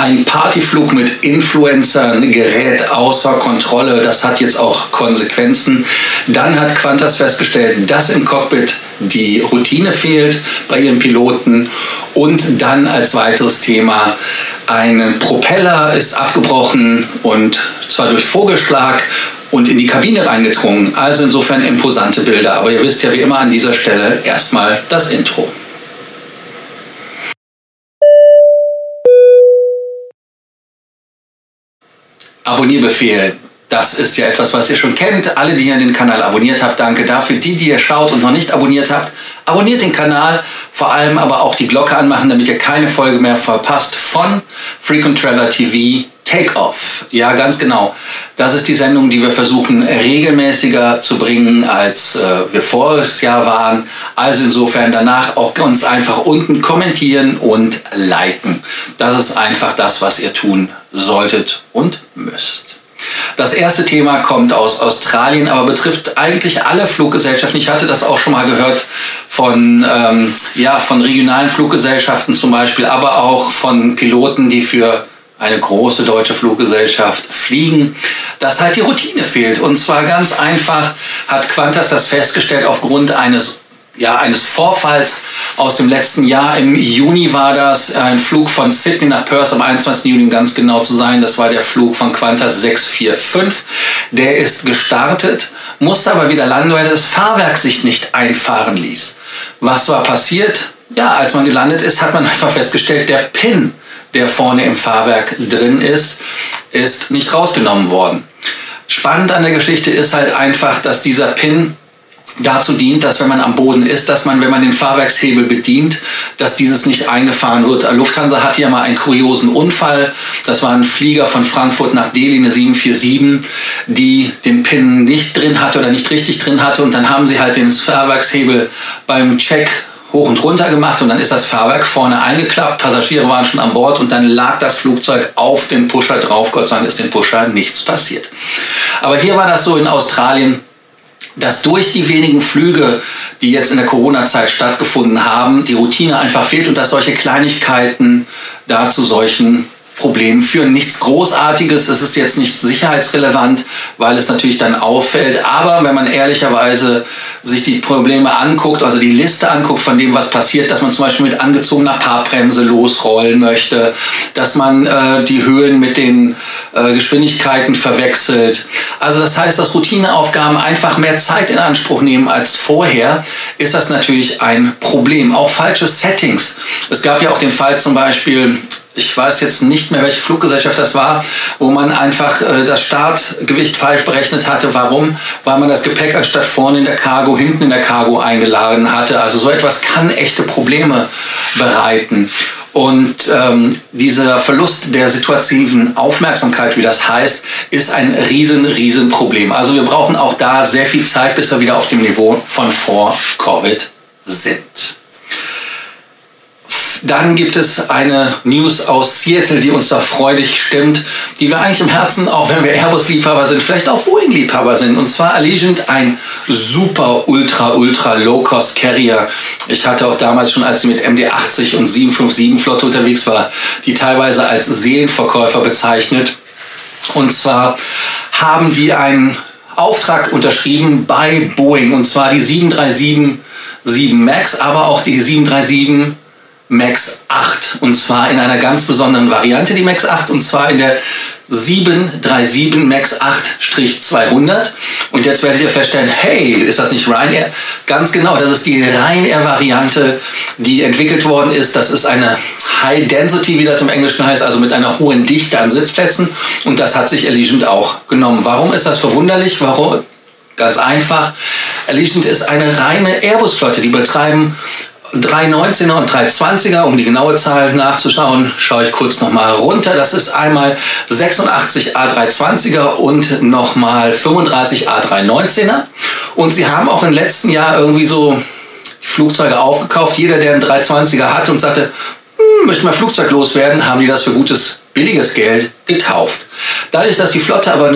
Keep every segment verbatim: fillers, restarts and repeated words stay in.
Ein Partyflug mit Influencern gerät außer Kontrolle. Das hat jetzt auch Konsequenzen. Dann hat Qantas festgestellt, dass im Cockpit die Routine fehlt bei ihren Piloten. Und dann als weiteres Thema, ein Propeller ist abgebrochen und zwar durch Vogelschlag und in die Kabine reingedrungen. Also insofern imposante Bilder. Aber ihr wisst ja wie immer an dieser Stelle erstmal das Intro. Abonnierbefehl. Das ist ja etwas, was ihr schon kennt. Alle, die ihr den Kanal abonniert habt, danke dafür. Die, die ihr schaut und noch nicht abonniert habt, abonniert den Kanal. Vor allem aber auch die Glocke anmachen, damit ihr keine Folge mehr verpasst von Frequent Traveler T V Take-Off. Ja, ganz genau. Das ist die Sendung, die wir versuchen regelmäßiger zu bringen, als äh, wir voriges Jahr waren. Also insofern danach auch ganz einfach unten kommentieren und liken. Das ist einfach das, was ihr tun solltet und müsst. Das erste Thema kommt aus Australien, aber betrifft eigentlich alle Fluggesellschaften. Ich hatte das auch schon mal gehört von, ähm, ja, von regionalen Fluggesellschaften zum Beispiel, aber auch von Piloten, die für eine große deutsche Fluggesellschaft fliegen, dass halt die Routine fehlt. Und zwar ganz einfach hat Qantas das festgestellt aufgrund eines Ja, eines Vorfalls aus dem letzten Jahr. Im Juni war das ein Flug von Sydney nach Perth, am einundzwanzigsten Juni, um ganz genau zu sein. Das war der Flug von Qantas sechs vier fünf. Der ist gestartet, musste aber wieder landen, weil das Fahrwerk sich nicht einfahren ließ. Was war passiert? Ja, als man gelandet ist, hat man einfach festgestellt, der Pin, der vorne im Fahrwerk drin ist, ist nicht rausgenommen worden. Spannend an der Geschichte ist halt einfach, dass dieser Pin dazu dient, dass wenn man am Boden ist, dass man, wenn man den Fahrwerkshebel bedient, dass dieses nicht eingefahren wird. Lufthansa hatte ja mal einen kuriosen Unfall. Das war ein Flieger von Frankfurt nach Delhi, eine sieben vier sieben, die den Pin nicht drin hatte oder nicht richtig drin hatte. Und dann haben sie halt den Fahrwerkshebel beim Check hoch und runter gemacht und dann ist das Fahrwerk vorne eingeklappt. Passagiere waren schon an Bord und dann lag das Flugzeug auf den Pusher drauf. Gott sei Dank ist dem Pusher nichts passiert. Aber hier war das so in Australien, dass durch die wenigen Flüge, die jetzt in der Corona-Zeit stattgefunden haben, die Routine einfach fehlt und dass solche Kleinigkeiten da zu solchen Problemen führen. Nichts Großartiges, es ist jetzt nicht sicherheitsrelevant, weil es natürlich dann auffällt. Aber wenn man ehrlicherweise sich die Probleme anguckt, also die Liste anguckt von dem, was passiert, dass man zum Beispiel mit angezogener Paarbremse losrollen möchte, dass man äh, die Höhen mit den äh, Geschwindigkeiten verwechselt. Also das heißt, dass Routineaufgaben einfach mehr Zeit in Anspruch nehmen als vorher, ist das natürlich ein Problem. Auch falsche Settings. Es gab ja auch den Fall zum Beispiel, ich weiß jetzt nicht mehr, welche Fluggesellschaft das war, wo man einfach äh, das Startgewicht falsch berechnet hatte. Warum? Weil man das Gepäck anstatt vorne in der Cargo, hinten in der Cargo eingeladen hatte. Also so etwas kann echte Probleme bereiten. Und ähm, dieser Verlust der situativen Aufmerksamkeit, wie das heißt, ist ein riesen, riesen Problem. Also wir brauchen auch da sehr viel Zeit, bis wir wieder auf dem Niveau von vor Covid sind. Dann gibt es eine News aus Seattle, die uns da freudig stimmt, die wir eigentlich im Herzen, auch wenn wir Airbus-Liebhaber sind, vielleicht auch Boeing-Liebhaber sind. Und zwar Allegiant, ein super, ultra, ultra Low-Cost-Carrier. Ich hatte auch damals schon, als sie mit M D achtzig und sieben fünf sieben Flotte unterwegs war, die teilweise als Seelenverkäufer bezeichnet. Und zwar haben die einen Auftrag unterschrieben bei Boeing, und zwar die sieben drei sieben sieben MAX, aber auch die sieben drei sieben MAX acht, und zwar in einer ganz besonderen Variante, die MAX acht, und zwar in der sieben drei sieben MAX acht zweihundert. Und jetzt werdet ihr feststellen, hey, ist das nicht Ryanair? Ganz genau, das ist die Ryanair-Variante, die entwickelt worden ist. Das ist eine High Density, wie das im Englischen heißt, also mit einer hohen Dichte an Sitzplätzen, und das hat sich Allegiant auch genommen. Warum ist das verwunderlich? Warum? Ganz einfach, Allegiant ist eine reine Airbus-Flotte, die betreiben drei neunzehner und drei zwanziger, um die genaue Zahl nachzuschauen, schaue ich kurz nochmal runter. Das ist einmal sechsundachtzig A drei zwanziger und nochmal fünfunddreißig A drei neunzehner. Und sie haben auch im letzten Jahr irgendwie so die Flugzeuge aufgekauft. Jeder, der einen drei zwanziger hatte und sagte, hm, möchte mal Flugzeug loswerden, haben die das für gutes, billiges Geld gekauft. Dadurch, dass die Flotte aber eine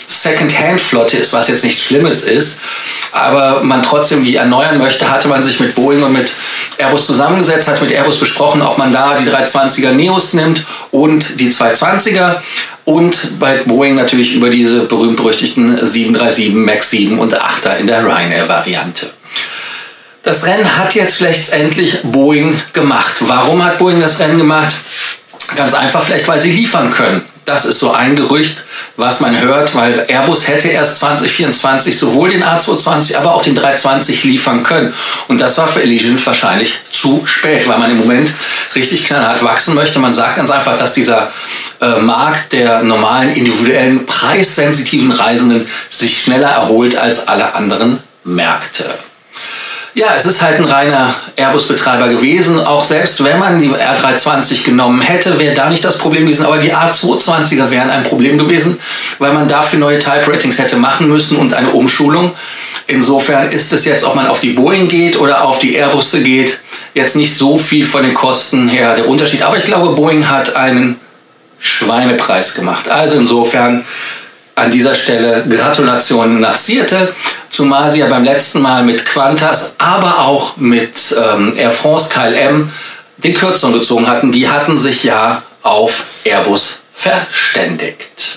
Second-Hand-Flotte ist, was jetzt nichts Schlimmes ist, aber man trotzdem die erneuern möchte, hatte man sich mit Boeing und mit Airbus zusammengesetzt, hat mit Airbus besprochen, ob man da die dreihundertzwanziger Neos nimmt und die zweihundertzwanziger und bei Boeing natürlich über diese berühmt-berüchtigten sieben drei sieben, Max sieben und achter in der Ryanair-Variante. Das Rennen hat jetzt letztendlich Boeing gemacht. Warum hat Boeing das Rennen gemacht? Ganz einfach, vielleicht weil sie liefern können. Das ist so ein Gerücht, was man hört, weil Airbus hätte erst zwanzig vierundzwanzig sowohl den A zweihundertzwanzig, aber auch den dreihundertzwanzig liefern können. Und das war für Allegiant wahrscheinlich zu spät, weil man im Moment richtig knallhart wachsen möchte. Man sagt ganz einfach, dass dieser äh, Markt der normalen, individuellen, preissensitiven Reisenden sich schneller erholt als alle anderen Märkte. Ja, es ist halt ein reiner Airbus-Betreiber gewesen. Auch selbst wenn man die R dreihundertzwanzig genommen hätte, wäre da nicht das Problem gewesen. Aber die A zweihundertzwanziger wären ein Problem gewesen, weil man dafür neue Type-Ratings hätte machen müssen und eine Umschulung. Insofern ist es jetzt, ob man auf die Boeing geht oder auf die Airbus geht, jetzt nicht so viel von den Kosten her der Unterschied. Aber ich glaube, Boeing hat einen Schweinepreis gemacht. Also insofern an dieser Stelle Gratulation nach Seattle, zumal sie ja beim letzten Mal mit Qantas, aber auch mit ähm, Air France K L M den Kürzeren gezogen hatten. Die hatten sich ja auf Airbus verständigt.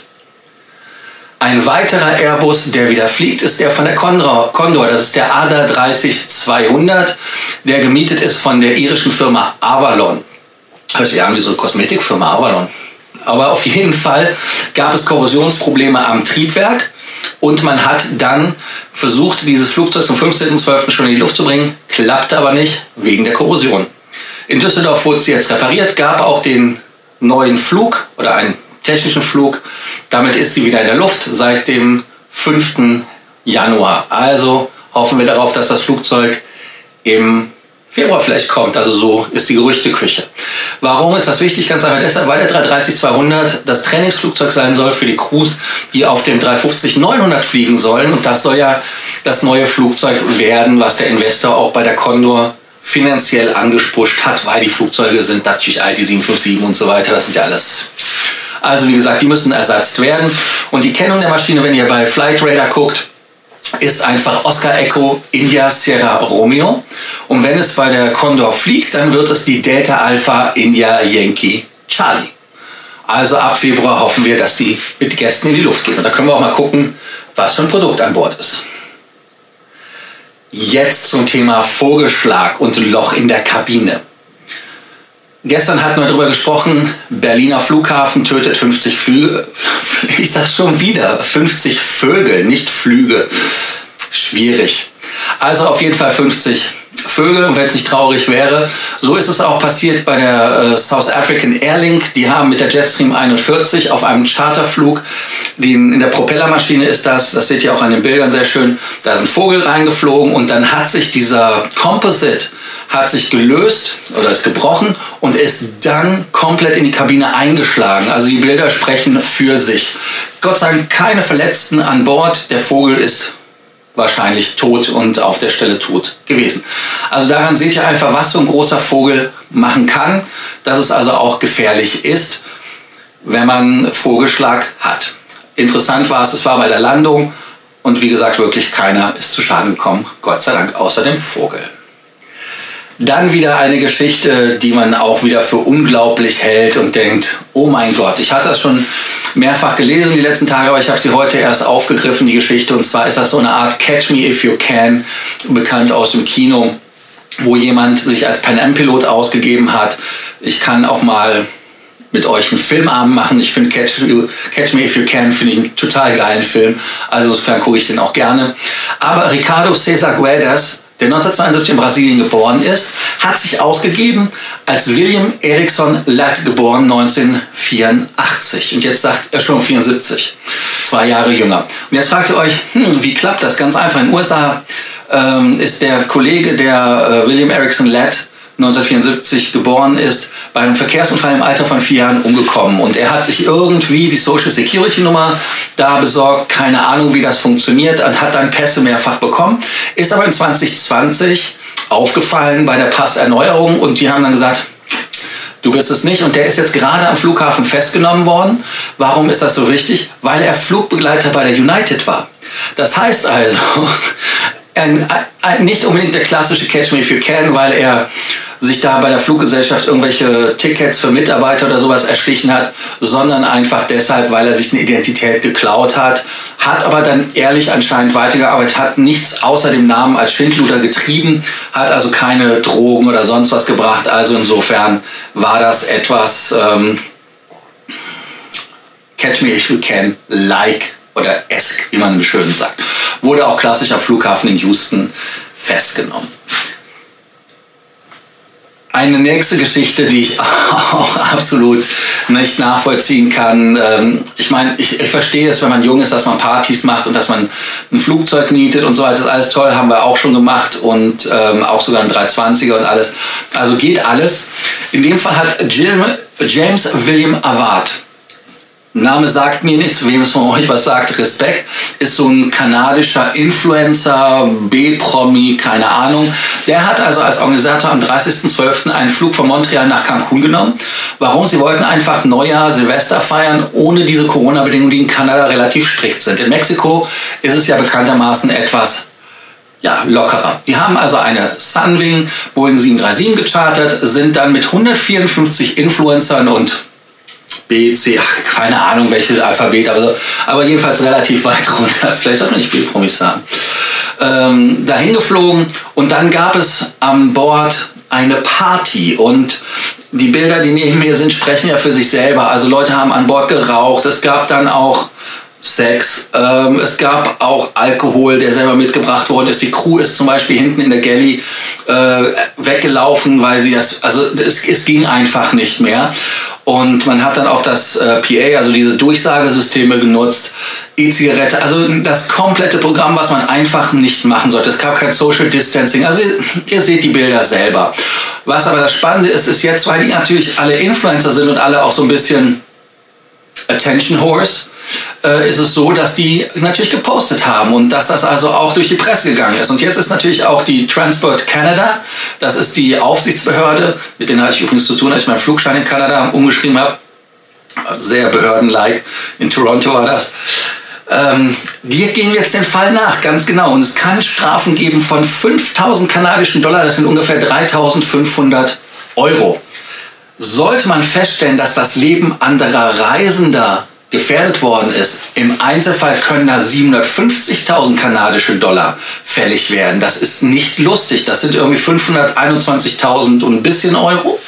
Ein weiterer Airbus, der wieder fliegt, ist der von der Condor. Condor. Das ist der A D A dreißig zweihundert, der gemietet ist von der irischen Firma Avalon. Hört sich an wie so eine Kosmetikfirma Avalon. Aber auf jeden Fall gab es Korrosionsprobleme am Triebwerk und man hat dann versucht, dieses Flugzeug zum fünfzehnten zwölften schon in die Luft zu bringen, klappte aber nicht wegen der Korrosion. In Düsseldorf wurde sie jetzt repariert, gab auch den neuen Flug oder einen technischen Flug. Damit ist sie wieder in der Luft seit dem fünften Januar. Also hoffen wir darauf, dass das Flugzeug im Februar vielleicht kommt, also so ist die Gerüchteküche. Warum ist das wichtig? Ganz einfach deshalb, weil der drei dreißig zweihundert das Trainingsflugzeug sein soll für die Crews, die auf dem drei fünfzig neunhundert fliegen sollen. Und das soll ja das neue Flugzeug werden, was der Investor auch bei der Condor finanziell angespusht hat, weil die Flugzeuge sind natürlich all die sieben fünf sieben und so weiter, das sind ja alles. Also wie gesagt, die müssen ersetzt werden. Und die Kennung der Maschine, wenn ihr bei Flight Radar guckt, ist einfach Oscar Echo India Sierra Romeo. Und wenn es bei der Condor fliegt, dann wird es die Delta Alpha India Yankee Charlie. Also ab Februar hoffen wir, dass die mit Gästen in die Luft gehen. Und da können wir auch mal gucken, was für ein Produkt an Bord ist. Jetzt zum Thema Vogelschlag und Loch in der Kabine. Gestern hatten wir darüber gesprochen, Berliner Flughafen tötet fünfzig Flüge. Ich sag schon wieder, fünfzig Vögel, nicht Flüge. Schwierig. Also auf jeden Fall fünfzig Vögel, und wenn es nicht traurig wäre. So ist es auch passiert bei der äh, South African Airlink. Die haben mit der Jetstream einundvierzig auf einem Charterflug, den, in der Propellermaschine ist das, das seht ihr auch an den Bildern sehr schön, da ist ein Vogel reingeflogen und dann hat sich dieser Composite hat sich gelöst oder ist gebrochen und ist dann komplett in die Kabine eingeschlagen. Also die Bilder sprechen für sich. Gott sei Dank keine Verletzten an Bord. Der Vogel ist wahrscheinlich tot und auf der Stelle tot gewesen. Also daran seht ihr einfach, was so ein großer Vogel machen kann, dass es also auch gefährlich ist, wenn man Vogelschlag hat. Interessant war es, es war bei der Landung und wie gesagt, wirklich keiner ist zu Schaden gekommen, Gott sei Dank, außer dem Vogel. Dann wieder eine Geschichte, die man auch wieder für unglaublich hält und denkt, oh mein Gott, ich hatte das schon mehrfach gelesen die letzten Tage, aber ich habe sie heute erst aufgegriffen, die Geschichte. Und zwar ist das so eine Art Catch Me If You Can, bekannt aus dem Kino, wo jemand sich als Pan Am-Pilot ausgegeben hat. Ich kann auch mal mit euch einen Filmabend machen. Ich finde Catch, Catch Me If You Can finde ich einen total geilen Film. Also insofern gucke ich den auch gerne. Aber Ricardo César Guedes, der neunzehnhundertzweiundsiebzig in Brasilien geboren ist, hat sich ausgegeben als William Erickson Ladd, geboren neunzehnhundertvierundachtzig. Und jetzt sagt er schon vierundsiebzig, zwei Jahre jünger. Und jetzt fragt ihr euch, hm, wie klappt das? Ganz einfach. In den U S A ähm, ist der Kollege, der äh, William Erickson Ladd neunzehnhundertvierundsiebzig geboren ist, bei einem Verkehrsunfall im Alter von vier Jahren umgekommen. Und er hat sich irgendwie die Social Security Nummer da besorgt, keine Ahnung, wie das funktioniert, und hat dann Pässe mehrfach bekommen, ist aber in zwanzig zwanzig aufgefallen bei der Passerneuerung und die haben dann gesagt, Du bist es nicht und der ist jetzt gerade am Flughafen festgenommen worden. Warum ist das so wichtig? Weil er Flugbegleiter bei der United war. Das heißt also, ein, ein, nicht unbedingt der klassische Catch Me If You Can, weil er sich da bei der Fluggesellschaft irgendwelche Tickets für Mitarbeiter oder sowas erschlichen hat, sondern einfach deshalb, weil er sich eine Identität geklaut hat, hat aber dann ehrlich anscheinend weitergearbeitet, hat nichts außer dem Namen als Schindluder getrieben, hat also keine Drogen oder sonst was gebracht. Also insofern war das etwas ähm, Catch Me If You Can like oder esque, wie man schön sagt. Wurde auch klassisch am Flughafen in Houston festgenommen. Eine nächste Geschichte, die ich auch absolut nicht nachvollziehen kann. Ich meine, ich, ich verstehe es, wenn man jung ist, dass man Partys macht und dass man ein Flugzeug mietet und so weiter. Das ist alles toll, haben wir auch schon gemacht und ähm, auch sogar ein dreihundertzwanziger und alles. Also geht alles. In dem Fall hat Jim, James William Awad, Name sagt mir nichts, wem es von euch was sagt, Respekt, ist so ein kanadischer Influencer, B-Promi, keine Ahnung. Der hat also als Organisator am dreißigsten zwölften einen Flug von Montreal nach Cancun genommen. Warum? Sie wollten einfach Neujahr, Silvester feiern, ohne diese Corona-Bedingungen, die in Kanada relativ strikt sind. In Mexiko ist es ja bekanntermaßen etwas ja, lockerer. Die haben also eine Sunwing Boeing sieben drei sieben gechartert, sind dann mit hundertvierundfünfzig Influencern und B, C, ach, keine Ahnung welches Alphabet, aber, so, aber jedenfalls relativ weit runter, vielleicht sollte man nicht B-Promis sagen, ähm, dahin geflogen und dann gab es an Bord eine Party und die Bilder, die neben mir sind, sprechen ja für sich selber. Also Leute haben an Bord geraucht, es gab dann auch Sex, ähm, es gab auch Alkohol, der selber mitgebracht worden ist. Die Crew ist zum Beispiel hinten in der Galley äh, weggelaufen, weil sie das, also es, es ging einfach nicht mehr. Und man hat dann auch das äh, P A, also diese Durchsagesysteme genutzt, E-Zigarette, also das komplette Programm, was man einfach nicht machen sollte. Es gab kein Social Distancing, also ihr, ihr seht die Bilder selber. Was aber das Spannende ist, ist jetzt, weil die natürlich alle Influencer sind und alle auch so ein bisschen Attention Whores, äh, ist es so, dass die natürlich gepostet haben und dass das also auch durch die Presse gegangen ist. Und jetzt ist natürlich auch die Transport Canada, das ist die Aufsichtsbehörde, mit denen hatte ich übrigens zu tun, als ich meinen Flugschein in Kanada umgeschrieben habe. Sehr behördenlike, in Toronto war das. Ähm, die gehen jetzt den Fall nach, ganz genau. Und es kann Strafen geben von fünftausend kanadischen Dollar, das sind ungefähr dreitausendfünfhundert Euro. Sollte man feststellen, dass das Leben anderer Reisender gefährdet worden ist, im Einzelfall können da siebenhundertfünfzigtausend kanadische Dollar fällig werden. Das ist nicht lustig. Das sind irgendwie fünfhunderteinundzwanzigtausend und ein bisschen Euro.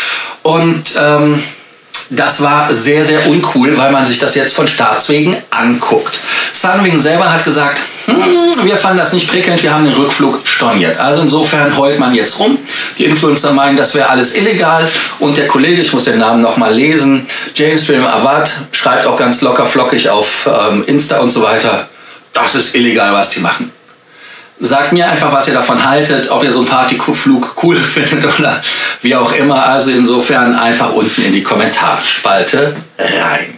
Und ähm, das war sehr, sehr uncool, weil man sich das jetzt von Staatswegen anguckt. Sunwing selber hat gesagt, hm, wir fanden das nicht prickelnd, wir haben den Rückflug storniert. Also insofern heult man jetzt rum. Die Influencer meinen, das wäre alles illegal. Und der Kollege, ich muss den Namen nochmal lesen, James William Awad, schreibt auch ganz locker flockig auf ähm, Insta und so weiter, das ist illegal, was die machen. Sagt mir einfach, was ihr davon haltet, ob ihr so einen Partyflug cool findet oder wie auch immer. Also insofern einfach unten in die Kommentarspalte rein.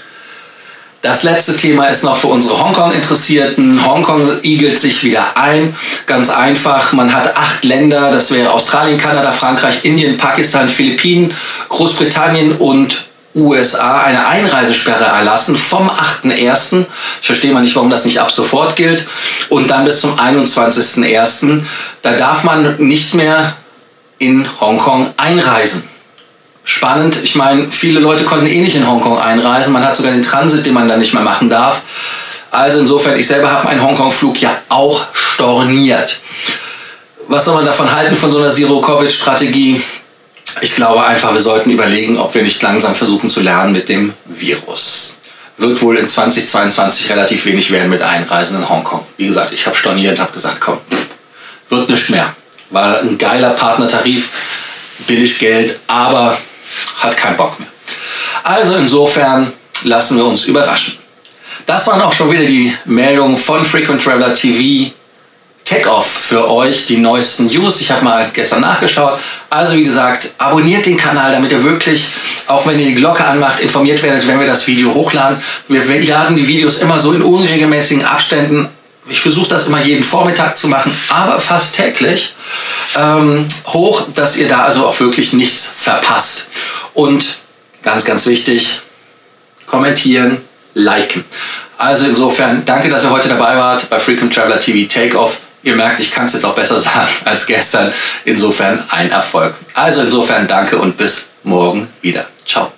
Das letzte Thema ist noch für unsere Hongkong-Interessierten. Hongkong igelt sich wieder ein. Ganz einfach, man hat acht Länder, das wäre Australien, Kanada, Frankreich, Indien, Pakistan, Philippinen, Großbritannien und U S A eine Einreisesperre erlassen vom achten ersten Ich verstehe mal nicht, warum das nicht ab sofort gilt. Und dann bis zum einundzwanzigsten ersten Da darf man nicht mehr in Hongkong einreisen. Spannend. Ich meine, viele Leute konnten eh nicht in Hongkong einreisen. Man hat sogar den Transit, den man dann nicht mehr machen darf. Also insofern, ich selber habe meinen Hongkong-Flug ja auch storniert. Was soll man davon halten, von so einer Zero-Covid-Strategie? Ich glaube einfach, wir sollten überlegen, ob wir nicht langsam versuchen zu lernen mit dem Virus. Wird wohl in zweitausendzweiundzwanzig relativ wenig werden mit Einreisen in Hongkong. Wie gesagt, ich habe storniert und habe gesagt, komm, wird nicht mehr. War ein geiler Partnertarif, billig Geld, aber hat keinen Bock mehr. Also insofern lassen wir uns überraschen. Das waren auch schon wieder die Meldungen von Frequent Traveler T V. Take-Off für euch, die neuesten News. Ich habe mal gestern nachgeschaut. Also wie gesagt, abonniert den Kanal, damit ihr wirklich, auch wenn ihr die Glocke anmacht, informiert werdet, wenn wir das Video hochladen. Wir laden die Videos immer so in unregelmäßigen Abständen ich versuche das immer jeden Vormittag zu machen, aber fast täglich, ähm, hoch, dass ihr da also auch wirklich nichts verpasst. Und ganz, ganz wichtig, kommentieren, liken. Also insofern, danke, dass ihr heute dabei wart bei Frequent Traveler T V Takeoff. Ihr merkt, ich kann es jetzt auch besser sagen als gestern. Insofern ein Erfolg. Also insofern danke und bis morgen wieder. Ciao.